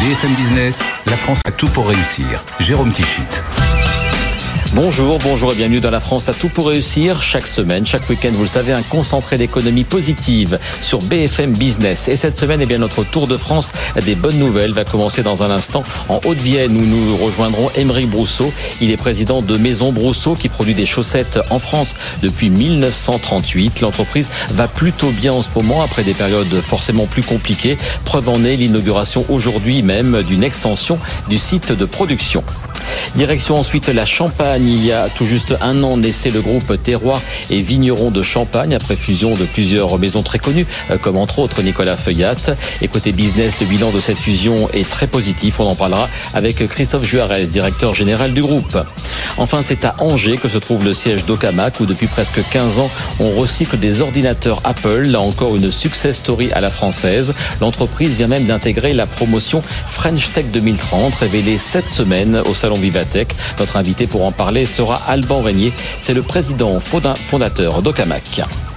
BFM Business, la France a tout pour réussir. Jérôme Tichit. Bonjour et bienvenue dans La France a tout pour réussir. Chaque semaine, chaque week-end, vous le savez, un concentré d'économie positive sur BFM Business. Et cette semaine, notre Tour de France des bonnes nouvelles va commencer dans un instant en Haute-Vienne où nous rejoindrons Aymeric Brousseau. Il est président de Maison Brousseau qui produit des chaussettes en France depuis 1938. L'entreprise va plutôt bien en ce moment après des périodes forcément plus compliquées. Preuve en est l'inauguration aujourd'hui même d'une extension du site de production. Direction ensuite la Champagne. Il y a tout juste un an naissait le groupe Terroir et Vignerons de Champagne après fusion de plusieurs maisons très connues comme entre autres Nicolas Feuillat. Et côté business, le bilan de cette fusion est très positif. On en parlera avec Christophe Juarez, directeur général du groupe. Enfin, c'est à Angers que se trouve le siège d'Ocamac où depuis presque 15 ans, on recycle des ordinateurs Apple. Là encore une success story à la française. L'entreprise vient même d'intégrer la promotion French Tech 2030 révélée cette semaine au salon Vivatech. Notre invité pour en parler sera Alban Régnier. C'est le président fondateur d'Ocamac.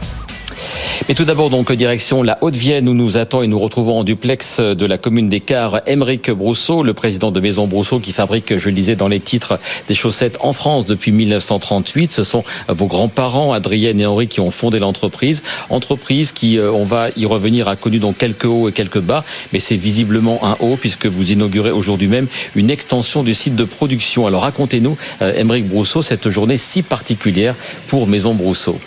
Mais tout d'abord, donc, direction la Haute-Vienne où nous attend et nous retrouvons en duplex de la commune d'Écart Aymeric Brousseau, le président de Maison Brousseau qui fabrique, je le disais dans les titres, des chaussettes en France depuis 1938. Ce sont vos grands-parents, Adrienne et Henri, qui ont fondé l'entreprise. Entreprise qui, on va y revenir, a connu donc quelques hauts et quelques bas, mais c'est visiblement un haut puisque vous inaugurez aujourd'hui même une extension du site de production. Alors racontez-nous, Aymeric Brousseau, cette journée si particulière pour Maison Brousseau.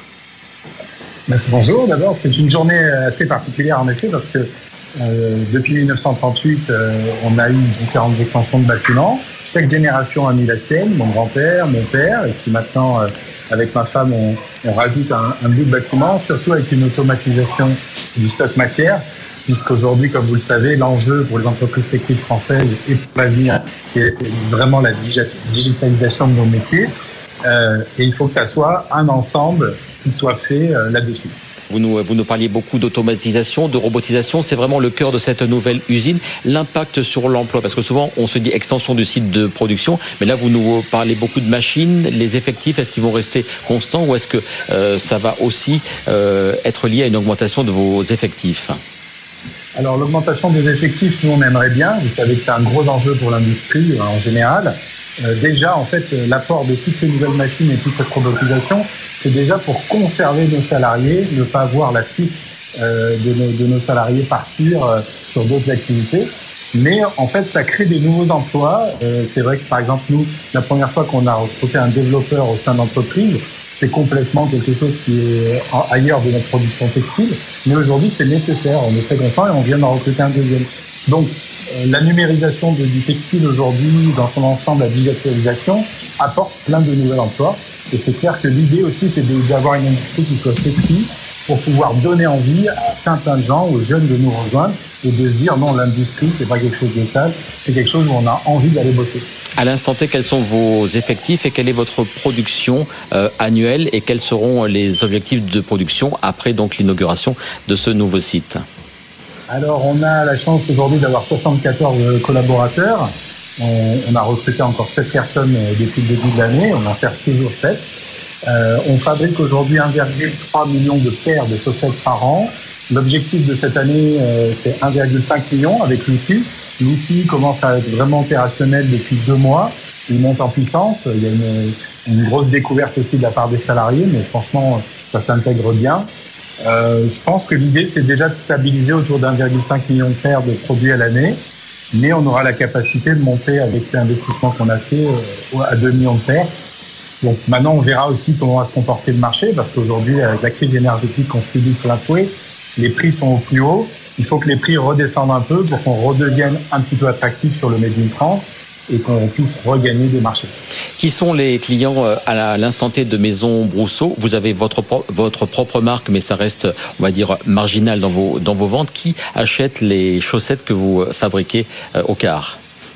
Bonjour, d'abord c'est une journée assez particulière en effet parce que depuis 1938 on a eu différentes extensions de bâtiments. Chaque génération a mis la sienne, mon grand-père, mon père, et puis maintenant avec ma femme on rajoute un bout de bâtiment, surtout avec une automatisation du stock matière, puisqu'aujourd'hui comme vous le savez l'enjeu pour les entreprises textiles françaises et pour l'avenir c'est vraiment la digitalisation de nos métiers et il faut que ça soit un ensemble qui soit fait là-dessus. Vous nous parliez beaucoup d'automatisation, de robotisation. C'est vraiment le cœur de cette nouvelle usine. L'impact sur l'emploi, parce que souvent on se dit extension du site de production, mais là vous nous parlez beaucoup de machines. Les effectifs, est-ce qu'ils vont rester constants ou est-ce que ça va aussi être lié à une augmentation de vos effectifs ? Alors l'augmentation des effectifs, nous on aimerait bien. Vous savez que c'est un gros enjeu pour l'industrie en général. Déjà, en fait, l'apport de toutes ces nouvelles machines et toute cette robotisation, c'est déjà pour conserver nos salariés, ne pas voir la fuite de nos salariés partir sur d'autres activités. Mais en fait, ça crée des nouveaux emplois. C'est vrai que, par exemple, nous, la première fois qu'on a recruté un développeur au sein d'entreprise, c'est complètement quelque chose qui est ailleurs de notre production textile. Mais aujourd'hui, c'est nécessaire. On est très content et on vient d'en recruter un deuxième. Donc, la numérisation du textile aujourd'hui, dans son ensemble, la digitalisation, apporte plein de nouveaux emplois. Et c'est clair que l'idée aussi, c'est d'avoir une industrie qui soit sexy pour pouvoir donner envie à plein de gens, aux jeunes de nous rejoindre et de se dire non, l'industrie, c'est pas quelque chose de sale, c'est quelque chose où on a envie d'aller bosser. À l'instant T, quels sont vos effectifs et quelle est votre production annuelle et quels seront les objectifs de production après donc l'inauguration de ce nouveau site ? Alors, on a la chance aujourd'hui d'avoir 74 collaborateurs. On a recruté encore 7 personnes depuis le début de l'année. On en cherche toujours 7. On fabrique aujourd'hui 1,3 million de paires de chaussettes par an. L'objectif de cette année, c'est 1,5 million avec l'outil. L'outil commence à être vraiment opérationnel depuis 2 mois. Il monte en puissance. Il y a une grosse découverte aussi de la part des salariés, mais franchement, ça s'intègre bien. Je pense que l'idée, c'est déjà de stabiliser autour d'1,5 million de paires de produits à l'année, mais on aura la capacité de monter avec l'investissement qu'on a fait à 2 millions de paires. Donc maintenant, on verra aussi comment va se comporter le marché, parce qu'aujourd'hui, avec la crise énergétique qu'on subit plein fouet, les prix sont au plus haut. Il faut que les prix redescendent un peu pour qu'on redevienne un petit peu attractif sur le Made in France et qu'on puisse regagner des marchés. Qui sont les clients à l'instant T de Maison Brousseau ? Vous avez votre propre marque, mais ça reste, on va dire, marginal dans vos ventes. Qui achète les chaussettes que vous fabriquez au Car ?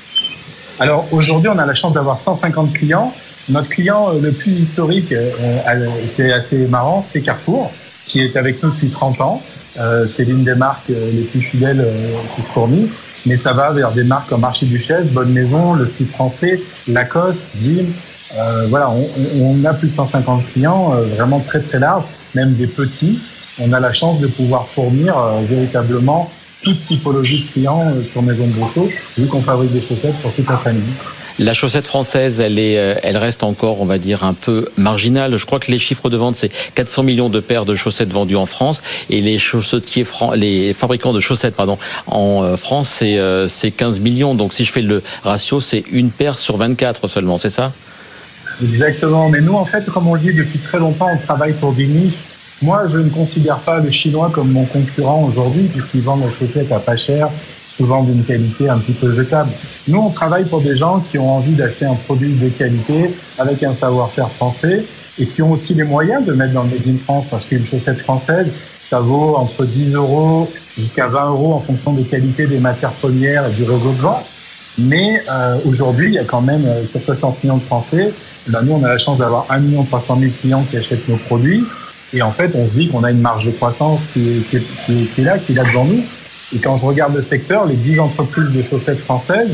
Alors aujourd'hui, on a la chance d'avoir 150 clients. Notre client le plus historique, c'est assez marrant, c'est Carrefour, qui est avec nous depuis 30 ans. C'est l'une des marques les plus fidèles qui se fournit. Mais ça va vers des marques comme Archiduchesse, Bonne Maison, Le Style Français, Lacoste, Dim. Voilà, on a plus de 150 clients, vraiment très très large, même des petits. On a la chance de pouvoir fournir véritablement toute typologie de clients sur Maison Brosseau, vu qu'on fabrique des chaussettes pour toute la famille. La chaussette française, elle reste encore, on va dire, un peu marginale. Je crois que les chiffres de vente, c'est 400 millions de paires de chaussettes vendues en France, et les fabricants de chaussettes, en France, c'est 15 millions. Donc, si je fais le ratio, c'est une paire sur 24 seulement, c'est ça? Exactement. Mais nous, en fait, comme on le dit depuis très longtemps, on travaille pour des niches. Moi, je ne considère pas le Chinois comme mon concurrent aujourd'hui, puisqu'ils vendent la chaussette à pas cher, souvent d'une qualité un petit peu jetable. Nous, on travaille pour des gens qui ont envie d'acheter un produit de qualité avec un savoir-faire français et qui ont aussi les moyens de mettre dans le Made in France, parce qu'une chaussette française, ça vaut entre 10 € jusqu'à 20 € en fonction des qualités des matières premières et du réseau de vente. Mais aujourd'hui, il y a quand même sur 60 millions de Français. Nous, on a la chance d'avoir 1 300 000 clients qui achètent nos produits. Et en fait, on se dit qu'on a une marge de croissance qui est là devant nous. Et quand je regarde le secteur, les 10 entreprises de chaussettes françaises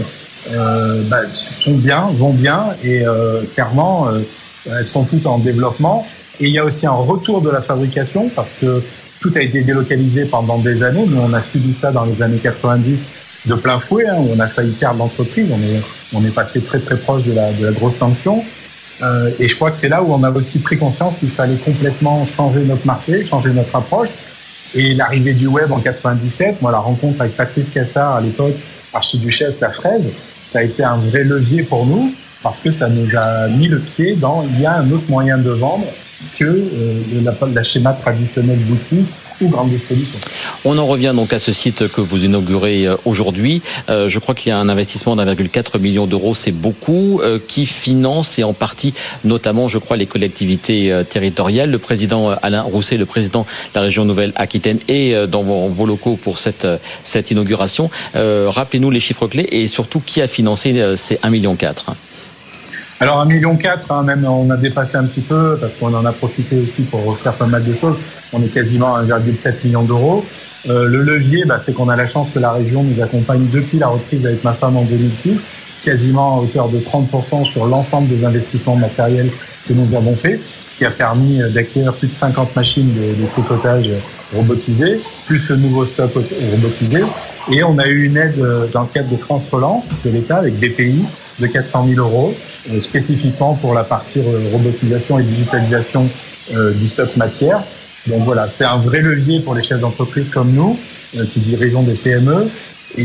vont bien, et clairement, elles sont toutes en développement. Et il y a aussi un retour de la fabrication, parce que tout a été délocalisé pendant des années. Nous, on a subi ça dans les années 90 de plein fouet, où on a failli perdre l'entreprise. On est passé très très proche de la grosse sanction. Et je crois que c'est là où on a aussi pris conscience qu'il fallait complètement changer notre marché, changer notre approche. Et l'arrivée du web en 97, moi, la rencontre avec Patrice Cassard, à l'époque, archiduchesse La Fraise, ça a été un vrai levier pour nous, parce que ça nous a mis le pied dans il y a un autre moyen de vendre que la schéma traditionnel boutique ou grande distribution. On en revient donc à ce site que vous inaugurez aujourd'hui. Je crois qu'il y a un investissement d'1,4 million d'euros, c'est beaucoup, qui finance et en partie, notamment, je crois, les collectivités territoriales. Le président Alain Rousset, le président de la région Nouvelle-Aquitaine, est dans vos locaux pour cette inauguration. Rappelez-nous les chiffres clés et surtout qui a financé ces 1,4 million. Alors 1,4 million, même on a dépassé un petit peu parce qu'on en a profité aussi pour refaire pas mal de choses. On est quasiment à 1,7 million d'euros. Le levier, c'est qu'on a la chance que la région nous accompagne depuis la reprise avec ma femme en 2006, quasiment à hauteur de 30% sur l'ensemble des investissements matériels que nous avons fait, ce qui a permis d'acquérir plus de 50 machines de tricotage robotisées, plus le nouveau stock robotisé. Et on a eu une aide dans le cadre de France Relance de l'État avec BPI de 400 000 euros, spécifiquement pour la partie robotisation et digitalisation du stock matière. Donc voilà, c'est un vrai levier pour les chefs d'entreprise comme nous, qui dirigeons des PME, et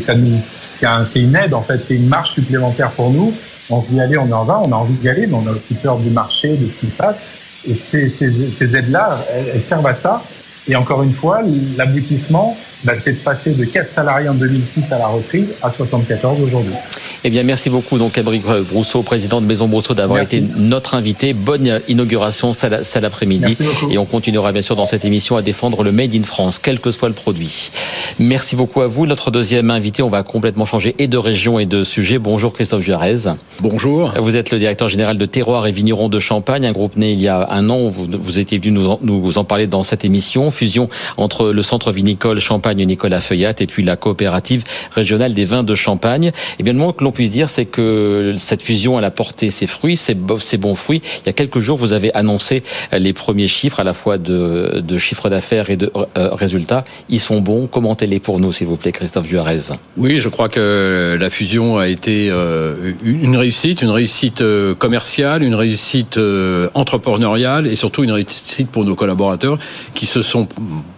c'est une aide en fait, c'est une marge supplémentaire pour nous. On se dit allez, on en va, on a envie d'y aller, mais on a aussi peur du marché, de ce qui se passe. Et ces aides-là, elles servent à ça. Et encore une fois, l'aboutissement, c'est de passer de 4 salariés en 2006 à la reprise à 74 aujourd'hui. Eh bien, merci beaucoup, donc, Aymeric Brousseau, président de Maison Brosseau, d'avoir été notre invité. Bonne inauguration cet après-midi. Et on continuera, bien sûr, dans cette émission à défendre le Made in France, quel que soit le produit. Merci beaucoup à vous. Notre deuxième invité, on va complètement changer et de région et de sujet. Bonjour, Christophe Juarez. Bonjour. Vous êtes le directeur général de Terroir et Vignerons de Champagne, un groupe né il y a un an. Vous étiez venu nous en parler dans cette émission. Fusion entre le centre vinicole Champagne Nicolas Feuillat et puis la coopérative régionale des vins de Champagne. Et bien, le moins que l'on puisse dire, c'est que cette fusion, elle a porté ses fruits, ses bons fruits. Il y a quelques jours, vous avez annoncé les premiers chiffres, à la fois de chiffre d'affaires et de résultats. Ils sont bons. Commentez-les pour nous, s'il vous plaît, Christophe Juarez. Oui, je crois que la fusion a été une réussite commerciale, une réussite entrepreneuriale et surtout une réussite pour nos collaborateurs qui se sont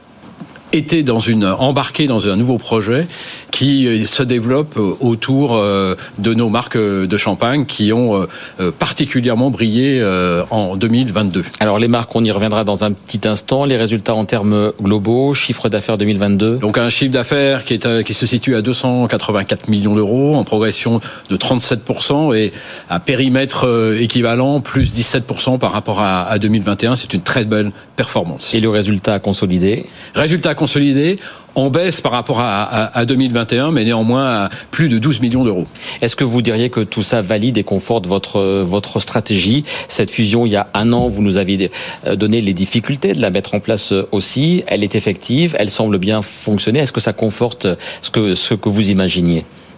embarqués dans un nouveau projet qui se développe autour de nos marques de champagne qui ont particulièrement brillé en 2022. Alors les marques, on y reviendra dans un petit instant. Les résultats en termes globaux, chiffre d'affaires 2022. Donc un chiffre d'affaires qui se situe à 284 millions d'euros en progression de 37% et à périmètre équivalent plus 17% par rapport à 2021. C'est une très belle performance. Et le résultat consolidé? Résultat consolidé en baisse par rapport à 2021, mais néanmoins à plus de 12 millions d'euros. Est-ce que vous diriez que tout ça valide et conforte votre stratégie? Cette fusion, il y a un an, vous nous aviez donné les difficultés de la mettre en place aussi. Elle est effective, elle semble bien fonctionner. Est-ce que ça conforte ce que vous imaginiez?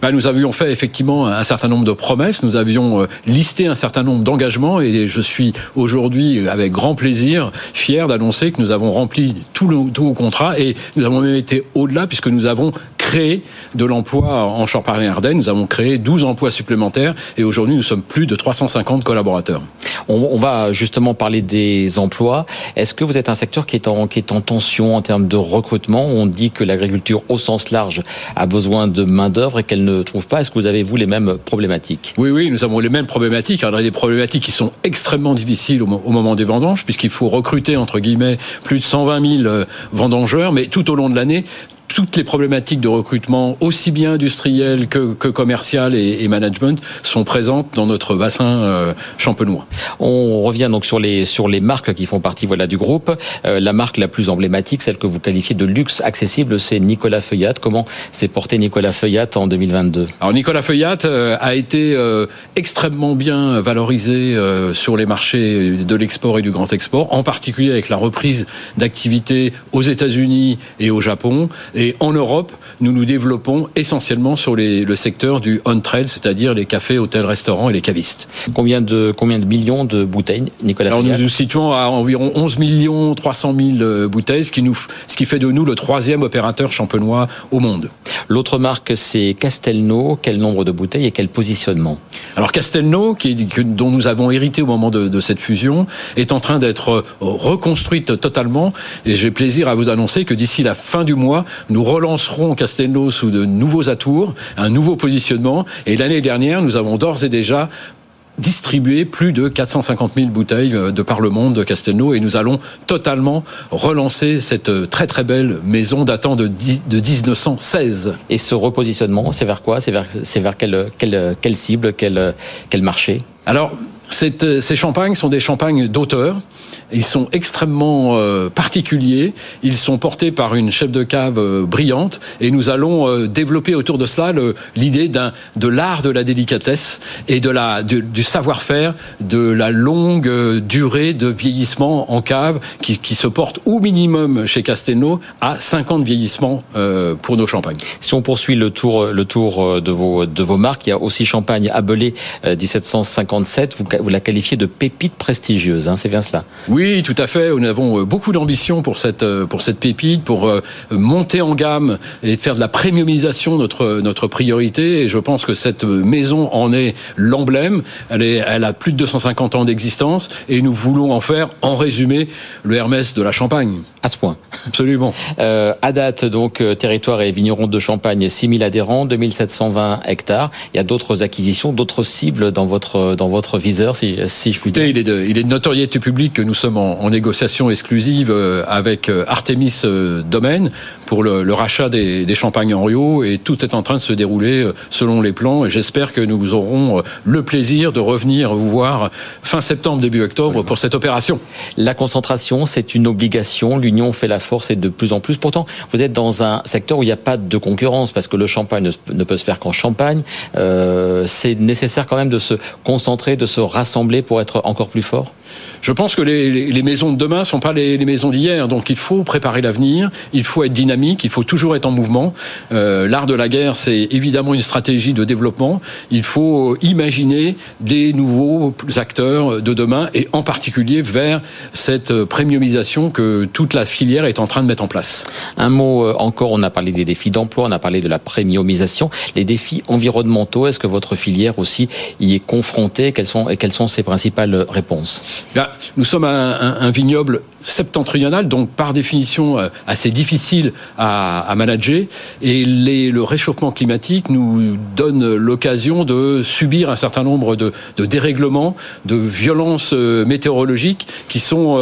Nous avions fait effectivement un certain nombre de promesses, nous avions listé un certain nombre d'engagements et je suis aujourd'hui avec grand plaisir fier d'annoncer que nous avons rempli tous nos contrats et nous avons même été au-delà puisque nous avons créé de l'emploi en Champagne-Ardenne. Nous avons créé 12 emplois supplémentaires et aujourd'hui nous sommes plus de 350 collaborateurs. On va justement parler des emplois. Est-ce que vous êtes un secteur qui est en tension en termes de recrutement? On dit que l'agriculture au sens large a besoin de main-d'œuvre et qu'elle ne trouve pas. Est-ce que vous avez, vous, les mêmes problématiques? Oui, nous avons les mêmes problématiques. Alors, il y a des problématiques qui sont extrêmement difficiles au moment des vendanges, puisqu'il faut recruter, entre guillemets, plus de 120 000 vendangeurs, mais tout au long de l'année, toutes les problématiques de recrutement, aussi bien industriel que commercial et management, sont présentes dans notre bassin champenois. On revient donc sur les marques qui font partie du groupe. La marque la plus emblématique, celle que vous qualifiez de luxe accessible, c'est Nicolas Feuillatte. Comment s'est porté Nicolas Feuillatte en 2022 ? Alors Nicolas Feuillatte a été extrêmement bien valorisé sur les marchés de l'export et du grand export, en particulier avec la reprise d'activité aux États-Unis et au Japon. Et en Europe, nous nous développons essentiellement sur le secteur du on-trade, c'est-à-dire les cafés, hôtels, restaurants et les cavistes. Combien de millions de bouteilles, Nicolas Feuillatte ? Alors nous nous situons à environ 11 300 000 bouteilles, ce qui fait de nous le 3e opérateur champenois au monde. L'autre marque, c'est Castelnau. Quel nombre de bouteilles et quel positionnement ? Alors Castelnau, dont nous avons hérité au moment de cette fusion, est en train d'être reconstruite totalement. Et j'ai plaisir à vous annoncer que d'ici la fin du mois, nous relancerons Castelnau sous de nouveaux atours, un nouveau positionnement. Et l'année dernière, nous avons d'ores et déjà distribué plus de 450 000 bouteilles de par le monde de Castelnau et nous allons totalement relancer cette très très belle maison datant de 1916. Et ce repositionnement, c'est vers quoi ? C'est vers quelle cible, quel marché ? Alors, ces champagnes sont des champagnes d'auteur. Ils sont extrêmement particuliers. Ils sont portés par une chef de cave brillante. Et nous allons développer autour de cela l'idée de l'art de la délicatesse et du savoir-faire, de la longue durée de vieillissement en cave qui se porte au minimum chez Castelnau à 5 ans de vieillissement pour nos champagnes. Si on poursuit le tour de vos marques, il y a aussi Champagne Abelé 1757. Vous la qualifiez de pépite prestigieuse, c'est bien cela ? Oui, tout à fait. Nous avons beaucoup d'ambition pour cette pépite, pour monter en gamme et faire de la premiumisation notre priorité. Et je pense que cette maison en est l'emblème. Elle a plus de 250 ans d'existence et nous voulons en faire, en résumé, le Hermès de la Champagne. À ce point. Absolument. À date, donc, territoire et vignerons de Champagne, 6 000 adhérents, 2720 hectares. Il y a d'autres acquisitions, d'autres cibles dans votre viseur, si je puis dire. Il est de notoriété publique que nous sommes en négociation exclusive avec Artemis Domaine pour le rachat des champagnes Henriot et tout est en train de se dérouler selon les plans et j'espère que nous aurons le plaisir de revenir vous voir fin septembre, début octobre pour cette opération. La concentration, c'est une obligation. L'union fait la force et de plus en plus. Pourtant, vous êtes dans un secteur où il n'y a pas de concurrence parce que le champagne ne peut se faire qu'en Champagne. C'est nécessaire quand même de se concentrer, de se rassembler pour être encore plus fort ? Je pense que les maisons de demain ne sont pas les maisons d'hier, donc il faut préparer l'avenir, il faut être dynamique, il faut toujours être en mouvement. L'art de la guerre, c'est évidemment une stratégie de développement. Il faut imaginer des nouveaux acteurs de demain et en particulier vers cette premiumisation que toute la filière est en train de mettre en place. Un mot encore, on a parlé des défis d'emploi, on a parlé de la premiumisation, les défis environnementaux, est-ce que votre filière aussi y est confrontée ? Quelles sont ses principales réponses ? Nous sommes un vignoble septentrional, donc par définition assez difficile à manager. Et le réchauffement climatique nous donne l'occasion de subir un certain nombre de dérèglements, de violences météorologiques qui sont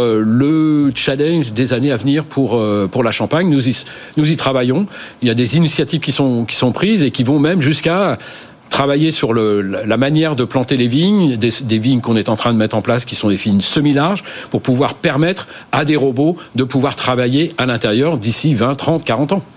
le challenge des années à venir pour la Champagne. Nous y travaillons. Il y a des initiatives qui sont prises et qui vont même jusqu'à travailler sur la manière de planter les vignes, des vignes qu'on est en train de mettre en place, qui sont des vignes semi-larges, pour pouvoir permettre à des robots de pouvoir travailler à l'intérieur d'ici 20, 30, 40 ans.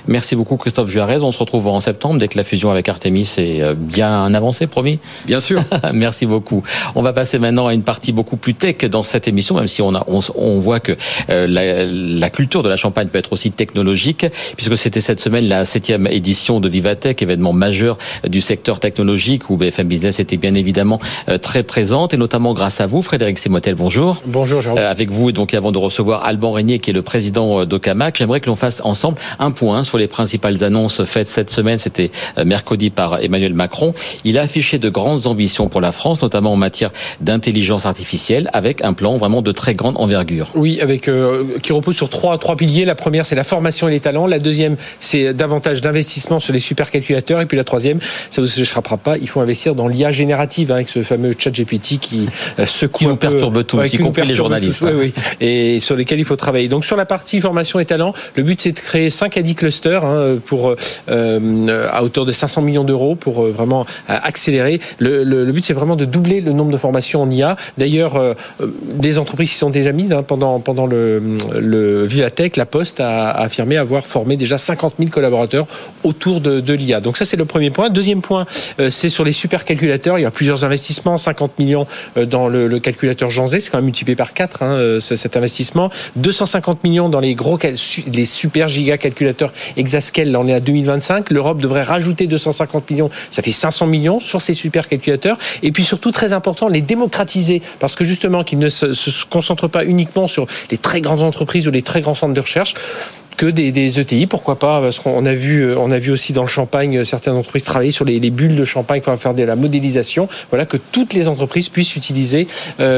Merci beaucoup Christophe Juarez. On se retrouve en septembre dès que la fusion avec Artemis est bien avancée, promis. Bien sûr. Merci beaucoup. On va passer maintenant à une partie beaucoup plus tech dans cette émission, même si on voit que la culture de la Champagne peut être aussi technologique, puisque c'était cette semaine la 7e édition de Vivatech, événement majeur du secteur technologique où BFM Business était bien évidemment très présente, et notamment grâce à vous, Frédéric Simotel. Bonjour. Bonjour, Jérôme. Avec vous, donc avant de recevoir Alban Régnier, qui est le président d'Ocamac, j'aimerais que l'on fasse ensemble un point sur les principales annonces faites cette semaine. C'était mercredi par Emmanuel Macron. Il a affiché de grandes ambitions pour la France, notamment en matière d'intelligence artificielle, avec un plan vraiment de très grande envergure. Oui, qui repose sur trois piliers. La première, c'est la formation et les talents. La deuxième, c'est davantage d'investissement sur les supercalculateurs. Et puis la troisième, ça ne vous échappera pas, il faut investir dans l'IA générative, avec ce fameux ChatGPT qui secoue qui nous perturbe tous, y compris les journalistes. Oui, et sur lesquels il faut travailler. Donc sur la partie formation et talents, le but c'est de créer 5 à 10 clusters pour à hauteur de 500 millions d'euros pour vraiment accélérer. Le but c'est vraiment de doubler le nombre de formations en IA. D'ailleurs, des entreprises qui sont déjà mises pendant le Vivatech, la Poste a affirmé avoir formé déjà 50 000 collaborateurs autour de l'IA. Donc ça c'est le premier point. Deuxième point, c'est sur les supercalculateurs. Il y a plusieurs investissements, 50 millions dans le calculateur Jean Zé, c'est quand même multiplié par 4 cet investissement. 250 millions dans les super giga calculateurs Exascale, là on est à 2025. L'Europe devrait rajouter 250 millions, ça fait 500 millions sur ces super calculateurs. Et puis surtout, très important, les démocratiser, parce que justement qu'ils ne se concentrent pas uniquement sur les très grandes entreprises ou les très grands centres de recherche, que des ETI, pourquoi pas, parce qu'on a vu aussi dans le champagne certaines entreprises travailler sur les bulles de champagne pour faire de la modélisation. Voilà, que toutes les entreprises puissent utiliser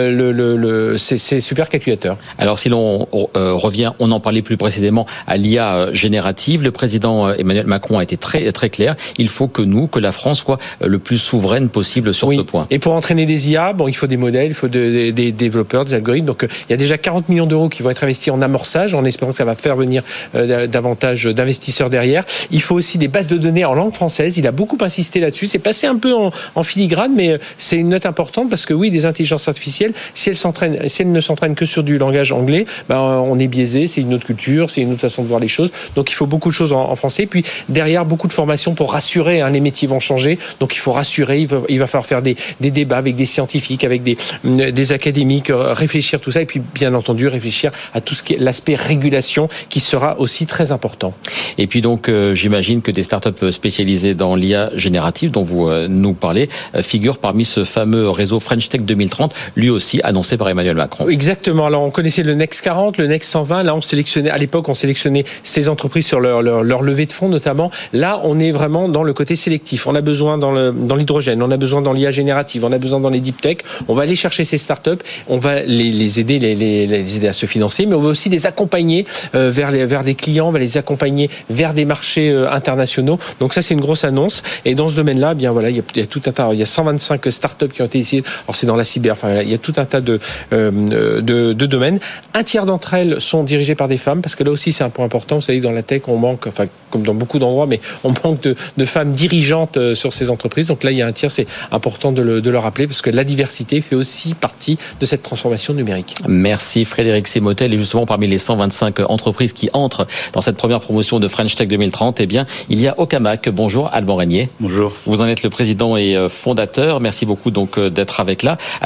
ces supercalculateurs. Alors si l'on revient, on en parlait plus précisément à l'IA générative, le président Emmanuel Macron a été très très clair. Il faut que la France soit le plus souveraine possible sur ce point. Et pour entraîner des IA, il faut des modèles, il faut des développeurs, des algorithmes. Donc il y a déjà 40 millions d'euros qui vont être investis en amorçage, en espérant que ça va faire venir davantage d'investisseurs derrière. Il faut aussi des bases de données en langue française. Il a beaucoup insisté là-dessus. C'est passé un peu en filigrane, mais c'est une note importante parce que oui, des intelligences artificielles, si elles ne s'entraînent que sur du langage anglais, on est biaisé. C'est une autre culture, c'est une autre façon de voir les choses. Donc il faut beaucoup de choses en français. Puis derrière, beaucoup de formations pour rassurer. Les métiers vont changer, donc il faut rassurer. Il va falloir faire des débats avec des scientifiques, avec des académiques, réfléchir tout ça, et puis bien entendu réfléchir à tout ce qui est l'aspect régulation qui sera aussi très important. Et puis donc, j'imagine que des startups spécialisées dans l'IA générative dont vous nous parlez figurent parmi ce fameux réseau French Tech 2030, lui aussi annoncé par Emmanuel Macron. Exactement. Alors, on connaissait le Next 40, le Next 120. Là, à l'époque, on sélectionnait ces entreprises sur leur levée de fonds, notamment. Là, on est vraiment dans le côté sélectif. On a besoin dans l'hydrogène, on a besoin dans l'IA générative, on a besoin dans les deep tech. On va aller chercher ces startups, on va les aider, les aider à se financer, mais on va aussi les accompagner vers des clients, on va les accompagner vers des marchés internationaux. Donc ça, c'est une grosse annonce. Et dans ce domaine-là, il y a tout un tas. Il y a 125 startups qui ont été ici. Alors c'est dans la cyber. Il y a tout un tas de domaines. Un tiers d'entre elles sont dirigées par des femmes, parce que là aussi, c'est un point important. Vous savez, dans la tech, on manque, comme dans beaucoup d'endroits, mais on manque de femmes dirigeantes sur ces entreprises. Donc là, il y a un tiers. C'est important de le rappeler, parce que la diversité fait aussi partie de cette transformation numérique. Merci Frédéric Simotel. Et justement, parmi les 125 entreprises qui entrent dans cette première promotion de French Tech 2030, il y a Ocamac. Bonjour Alban Régnier. Bonjour. Vous en êtes le président et fondateur. Merci beaucoup donc d'être avec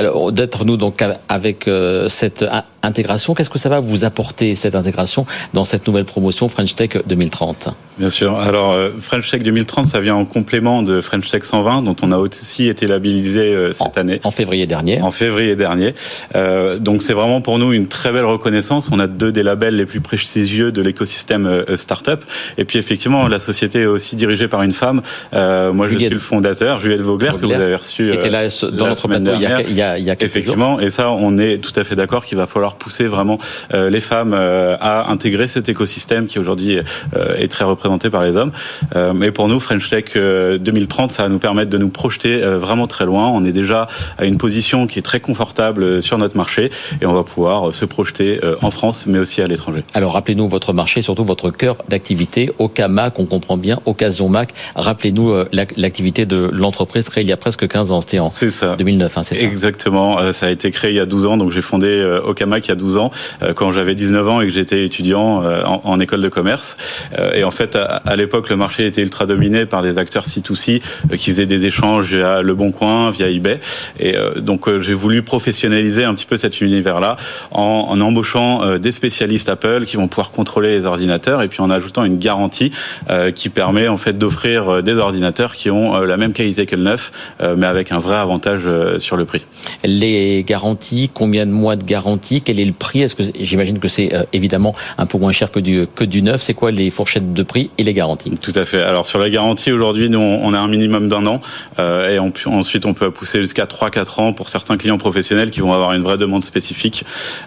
cette intégration. Qu'est-ce que ça va vous apporter, cette intégration, dans cette nouvelle promotion French Tech 2030 ? Bien sûr. Alors, French Tech 2030, ça vient en complément de French Tech 120, dont on a aussi été labellisé cette année. En février dernier. Donc, c'est vraiment pour nous une très belle reconnaissance. On a 2 des labels les plus prestigieux de l'écosystème startup. Et puis, effectivement, la société est aussi dirigée par une femme. Moi, je suis le fondateur, Juliette Vogler, que vous avez reçu. Qui était là dans notre plateau il y a quelques effectivement, jours. Et ça, on est tout à fait d'accord qu'il va falloir pousser vraiment les femmes à intégrer cet écosystème qui aujourd'hui est très représenté par les hommes. Mais pour nous, French Tech 2030, ça va nous permettre de nous projeter vraiment très loin. On est déjà à une position qui est très confortable sur notre marché et on va pouvoir se projeter en France, mais aussi à l'étranger. Alors, rappelez-nous votre marché, surtout votre cœur d'activité, Ocamac, on comprend bien, Occasion Mac. Rappelez-nous l'activité de l'entreprise créée il y a presque 15 ans. C'était en 2009, c'est ça ? Exactement. Ça a été créé il y a 12 ans, donc j'ai fondé Ocamac iMac il y a 12 ans, quand j'avais 19 ans et que j'étais étudiant en école de commerce. Et en fait, à l'époque, le marché était ultra dominé par des acteurs C2C qui faisaient des échanges via Le Bon Coin, via eBay. Et donc, j'ai voulu professionnaliser un petit peu cet univers-là en embauchant des spécialistes Apple qui vont pouvoir contrôler les ordinateurs et puis en ajoutant une garantie qui permet en fait d'offrir des ordinateurs qui ont la même qualité que le neuf, mais avec un vrai avantage sur le prix. Les garanties, combien de mois de garantie? Quel est le prix? Est-ce que j'imagine que c'est évidemment un peu moins cher que du neuf? C'est quoi les fourchettes de prix et les garanties? Tout à fait. Alors sur la garantie aujourd'hui, nous on a un minimum d'1 an et ensuite on peut pousser jusqu'à 3-4 ans pour certains clients professionnels qui vont avoir une vraie demande spécifique.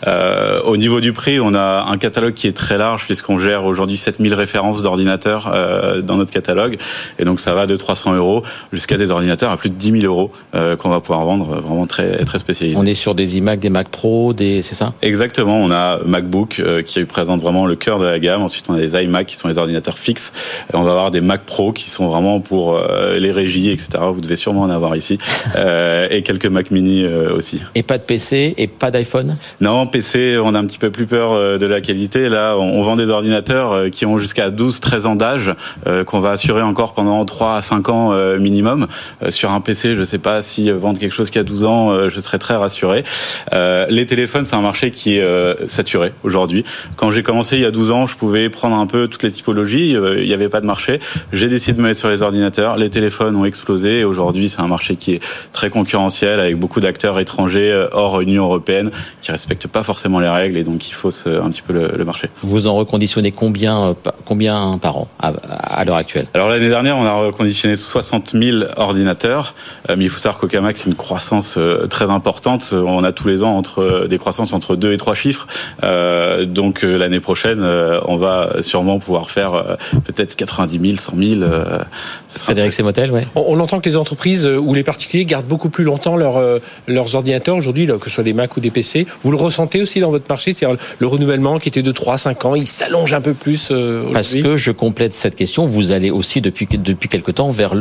Au niveau du prix, on a un catalogue qui est très large puisqu'on gère aujourd'hui 7000 références d'ordinateurs dans notre catalogue et donc ça va de 300 € jusqu'à des ordinateurs à plus de 10 000 € qu'on va pouvoir vendre, vraiment très très spécialisés. On est sur des iMac, des Mac Pro, c'est ça? Exactement. On a MacBook qui présente vraiment le cœur de la gamme. Ensuite, on a des iMac qui sont les ordinateurs fixes. Et on va avoir des Mac Pro qui sont vraiment pour les régies, etc. Vous devez sûrement en avoir ici. Et quelques Mac Mini aussi. Et pas de PC et pas d'iPhone? Non, PC, on a un petit peu plus peur de la qualité. Là, on vend des ordinateurs qui ont jusqu'à 12-13 ans d'âge, qu'on va assurer encore pendant 3 à 5 ans minimum. Sur un PC, je ne sais pas si vendre quelque chose qui a 12 ans, je serais très rassuré. Les téléphones, c'est un marché qui est saturé aujourd'hui. Quand j'ai commencé il y a 12 ans, je pouvais prendre un peu toutes les typologies. Il n'y avait pas de marché. J'ai décidé de me mettre sur les ordinateurs. Les téléphones ont explosé et aujourd'hui, c'est un marché qui est très concurrentiel avec beaucoup d'acteurs étrangers hors Union européenne qui respectent pas forcément les règles et donc il fausse un petit peu le marché. Vous en reconditionnez combien par an à l'heure actuelle? Alors l'année dernière, on a reconditionné 60 000 ordinateurs, mais il faut savoir qu'Aucamac, c'est une croissance très importante. On a tous les ans des croissances entre 2 et 3 chiffres. Donc l'année prochaine, on va sûrement pouvoir faire peut-être 90 000, 100 000. Frédéric Semotel, ouais. On entend que les entreprises ou les particuliers gardent beaucoup plus longtemps leurs ordinateurs aujourd'hui, que ce soit des Mac ou des PC. Vous le ressentez aussi dans votre marché, c'est-à-dire le renouvellement qui était de 3 à 5 ans, il s'allonge un peu plus aujourd'hui? Parce que je complète cette question, vous allez aussi depuis quelque temps vers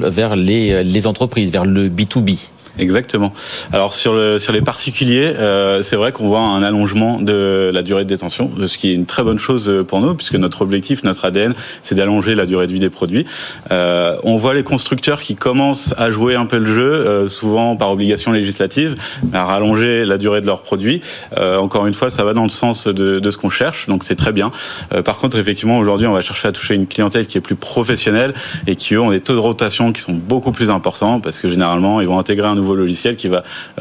les entreprises, vers le B2B. Exactement. Alors sur les particuliers, c'est vrai qu'on voit un allongement de la durée de détention, ce qui est une très bonne chose pour nous, puisque notre objectif, notre ADN, c'est d'allonger la durée de vie des produits. On voit les constructeurs qui commencent à jouer un peu le jeu, souvent par obligation législative, à rallonger la durée de leurs produits. Encore une fois, ça va dans le sens de ce qu'on cherche, donc c'est très bien. Par contre, effectivement, aujourd'hui, on va chercher à toucher une clientèle qui est plus professionnelle et qui, eux, ont des taux de rotation qui sont beaucoup plus importants, parce que généralement, ils vont intégrer un nouveau logiciel qui va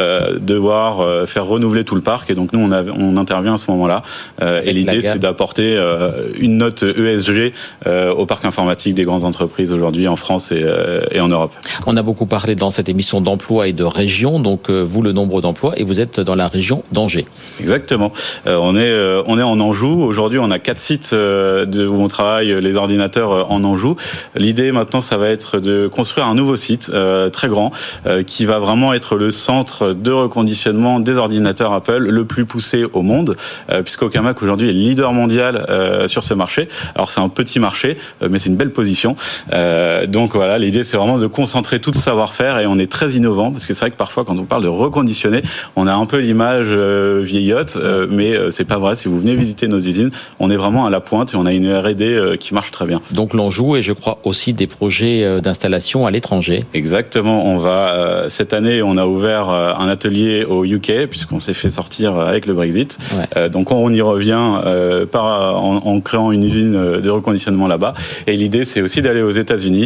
devoir faire renouveler tout le parc et donc nous on intervient à ce moment-là et l'idée c'est d'apporter une note ESG au parc informatique des grandes entreprises aujourd'hui en France et en Europe. On a beaucoup parlé dans cette émission d'emploi et de région, donc vous le nombre d'emplois et vous êtes dans la région d'Angers. Exactement. On est en Anjou. Aujourd'hui on a 4 sites où on travaille les ordinateurs en Anjou. L'idée maintenant ça va être de construire un nouveau site très grand qui va vraiment être le centre de reconditionnement des ordinateurs Apple le plus poussé au monde, puisqu'Aucamac aujourd'hui est leader mondial sur ce marché. Alors c'est un petit marché, mais c'est une belle position. Donc voilà, l'idée c'est vraiment de concentrer tout le savoir-faire et on est très innovant, parce que c'est vrai que parfois quand on parle de reconditionner, on a un peu l'image vieillotte, mais c'est pas vrai. Si vous venez visiter nos usines, on est vraiment à la pointe et on a une R&D qui marche très bien. Donc l'Anjou et je crois aussi des projets d'installation à l'étranger. Exactement, on va cette année, on a ouvert un atelier au UK puisqu'on s'est fait sortir avec le Brexit. Ouais. Donc on y revient en créant une usine de reconditionnement là-bas. Et l'idée, c'est aussi d'aller aux États-Unis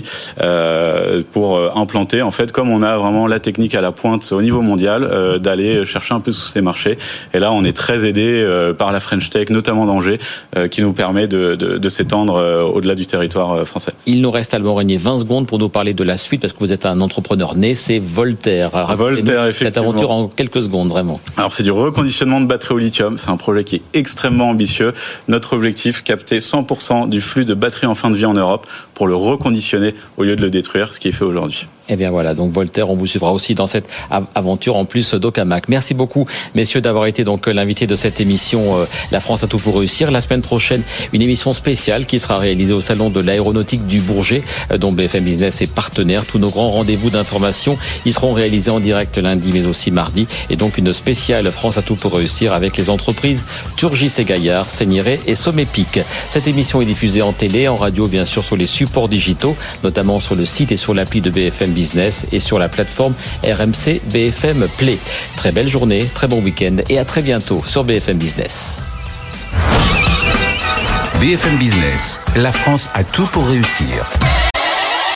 pour implanter, en fait, comme on a vraiment la technique à la pointe au niveau mondial, d'aller chercher un peu sous ces marchés. Et là, on est très aidé par la French Tech, notamment d'Angers, qui nous permet de s'étendre au-delà du territoire français. Il nous reste, Alban Régnier, 20 secondes pour nous parler de la suite, parce que vous êtes un entrepreneur né, c'est Voltaire. Voltaire, cette aventure en quelques secondes, vraiment. Alors, c'est du reconditionnement de batteries au lithium. C'est un projet qui est extrêmement ambitieux. Notre objectif, capter 100% du flux de batteries en fin de vie en Europe pour le reconditionner au lieu de le détruire, ce qui est fait aujourd'hui. Eh bien voilà, donc Voltaire, on vous suivra aussi dans cette aventure en plus d'Ocamac. Merci beaucoup, messieurs, d'avoir été donc l'invité de cette émission La France a tout pour réussir. La semaine prochaine, une émission spéciale qui sera réalisée au Salon de l'aéronautique du Bourget, dont BFM Business est partenaire. Tous nos grands rendez-vous d'information, ils seront réalisés en direct lundi, mais aussi mardi. Et donc une spéciale France a tout pour réussir avec les entreprises Turgis et Gaillard, Seigniret et Sommepic. Cette émission est diffusée en télé, en radio, bien sûr, sur les supports digitaux, notamment sur le site et sur l'appli de BFM Business et sur la plateforme RMC BFM Play. Très belle journée, très bon week-end et à très bientôt sur BFM Business. BFM Business, la France a tout pour réussir.